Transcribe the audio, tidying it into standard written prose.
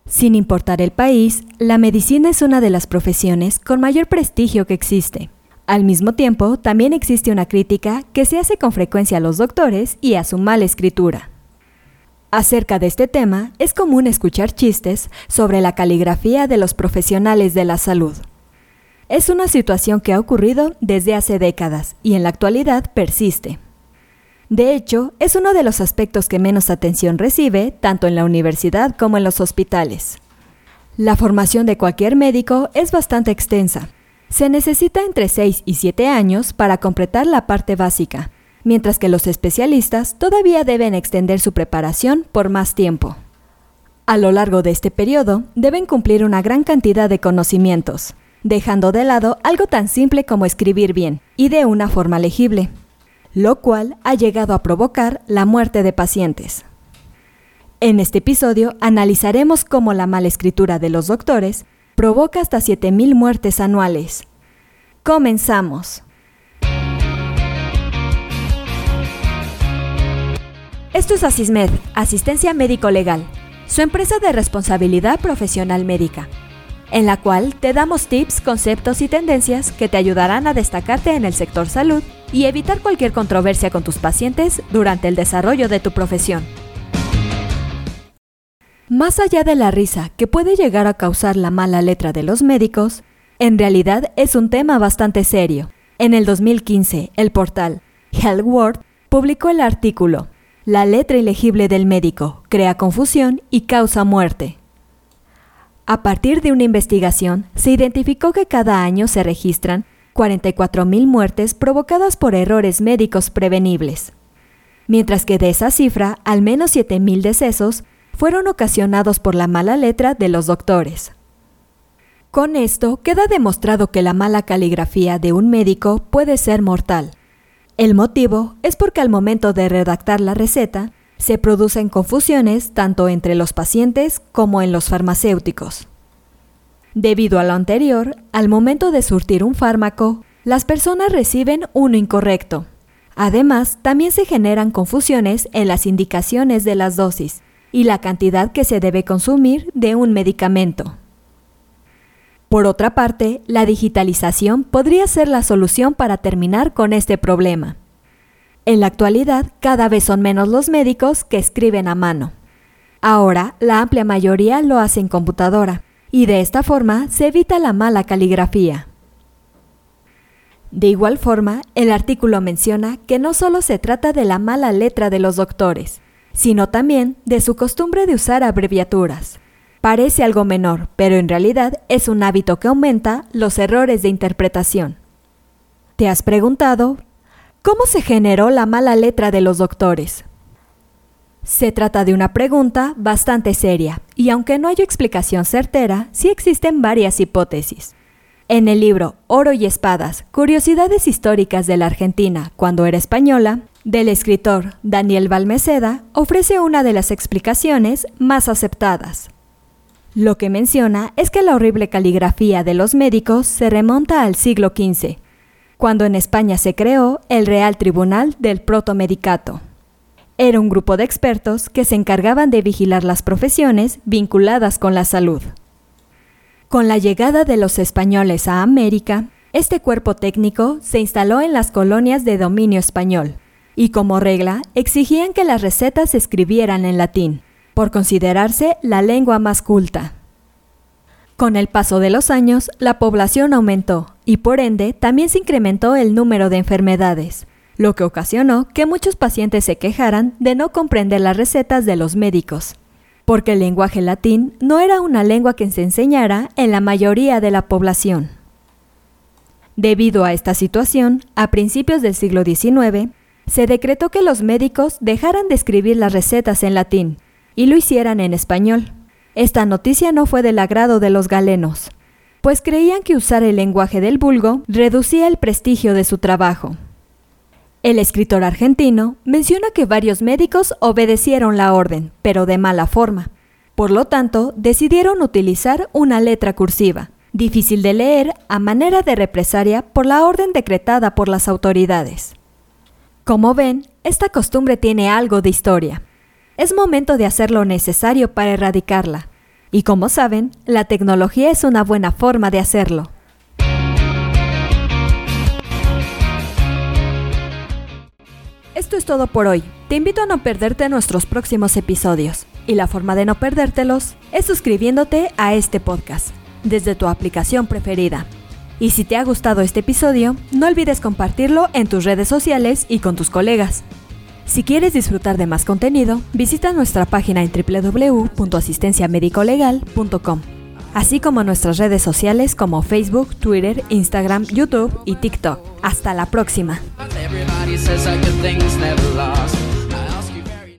Sin importar el país, la medicina es una de las profesiones con mayor prestigio que existe. Al mismo tiempo, también existe una crítica que se hace con frecuencia a los doctores y a su mala escritura. Acerca de este tema, es común escuchar chistes sobre la caligrafía de los profesionales de la salud. Es una situación que ha ocurrido desde hace décadas y en la actualidad persiste. De hecho, es uno de los aspectos que menos atención recibe, tanto en la universidad como en los hospitales. La formación de cualquier médico es bastante extensa. Se necesita entre 6 y 7 años para completar la parte básica, mientras que los especialistas todavía deben extender su preparación por más tiempo. A lo largo de este periodo, deben cumplir una gran cantidad de conocimientos, dejando de lado algo tan simple como escribir bien y de una forma legible, lo cual ha llegado a provocar la muerte de pacientes. En este episodio analizaremos cómo la mala escritura de los doctores provoca hasta 7,000 muertes anuales. ¡Comenzamos! Esto es Asismed, Asistencia Médico Legal, su empresa de responsabilidad profesional médica, en la cual te damos tips, conceptos y tendencias que te ayudarán a destacarte en el sector salud y evitar cualquier controversia con tus pacientes durante el desarrollo de tu profesión. Más allá de la risa que puede llegar a causar la mala letra de los médicos, en realidad es un tema bastante serio. En el 2015, el portal Health World publicó el artículo "La letra ilegible del médico crea confusión y causa muerte". A partir de una investigación, se identificó que cada año se registran 44,000 muertes provocadas por errores médicos prevenibles, mientras que de esa cifra, al menos 7,000 decesos fueron ocasionados por la mala letra de los doctores. Con esto queda demostrado que la mala caligrafía de un médico puede ser mortal. El motivo es porque al momento de redactar la receta, se producen confusiones tanto entre los pacientes como en los farmacéuticos. Debido a lo anterior, al momento de surtir un fármaco, las personas reciben uno incorrecto. Además, también se generan confusiones en las indicaciones de las dosis y la cantidad que se debe consumir de un medicamento. Por otra parte, la digitalización podría ser la solución para terminar con este problema. En la actualidad, cada vez son menos los médicos que escriben a mano. Ahora, la amplia mayoría lo hace en computadora, y de esta forma se evita la mala caligrafía. De igual forma, el artículo menciona que no solo se trata de la mala letra de los doctores, sino también de su costumbre de usar abreviaturas. Parece algo menor, pero en realidad es un hábito que aumenta los errores de interpretación. ¿Te has preguntado cómo se generó la mala letra de los doctores? Se trata de una pregunta bastante seria, y aunque no hay explicación certera, sí existen varias hipótesis. En el libro Oro y Espadas, Curiosidades históricas de la Argentina cuando era española, del escritor Daniel Balmeceda, ofrece una de las explicaciones más aceptadas. Lo que menciona es que la horrible caligrafía de los médicos se remonta al siglo XV, cuando en España se creó el Real Tribunal del Protomedicato. Era un grupo de expertos que se encargaban de vigilar las profesiones vinculadas con la salud. Con la llegada de los españoles a América, este cuerpo técnico se instaló en las colonias de dominio español y, como regla, exigían que las recetas se escribieran en latín, por considerarse la lengua más culta. Con el paso de los años, la población aumentó y por ende también se incrementó el número de enfermedades, lo que ocasionó que muchos pacientes se quejaran de no comprender las recetas de los médicos, porque el lenguaje latín no era una lengua que se enseñara en la mayoría de la población. Debido a esta situación, a principios del siglo XIX, se decretó que los médicos dejaran de escribir las recetas en latín y lo hicieran en español. Esta noticia no fue del agrado de los galenos, pues creían que usar el lenguaje del vulgo reducía el prestigio de su trabajo. El escritor argentino menciona que varios médicos obedecieron la orden, pero de mala forma. Por lo tanto, decidieron utilizar una letra cursiva, difícil de leer a manera de represalia por la orden decretada por las autoridades. Como ven, esta costumbre tiene algo de historia. Es momento de hacer lo necesario para erradicarla. Y como saben, la tecnología es una buena forma de hacerlo. Esto es todo por hoy. Te invito a no perderte nuestros próximos episodios. Y la forma de no perdértelos es suscribiéndote a este podcast desde tu aplicación preferida. Y si te ha gustado este episodio, no olvides compartirlo en tus redes sociales y con tus colegas. Si quieres disfrutar de más contenido, visita nuestra página en www.asistenciamedicolegal.com, así como nuestras redes sociales como Facebook, Twitter, Instagram, YouTube y TikTok. Hasta la próxima.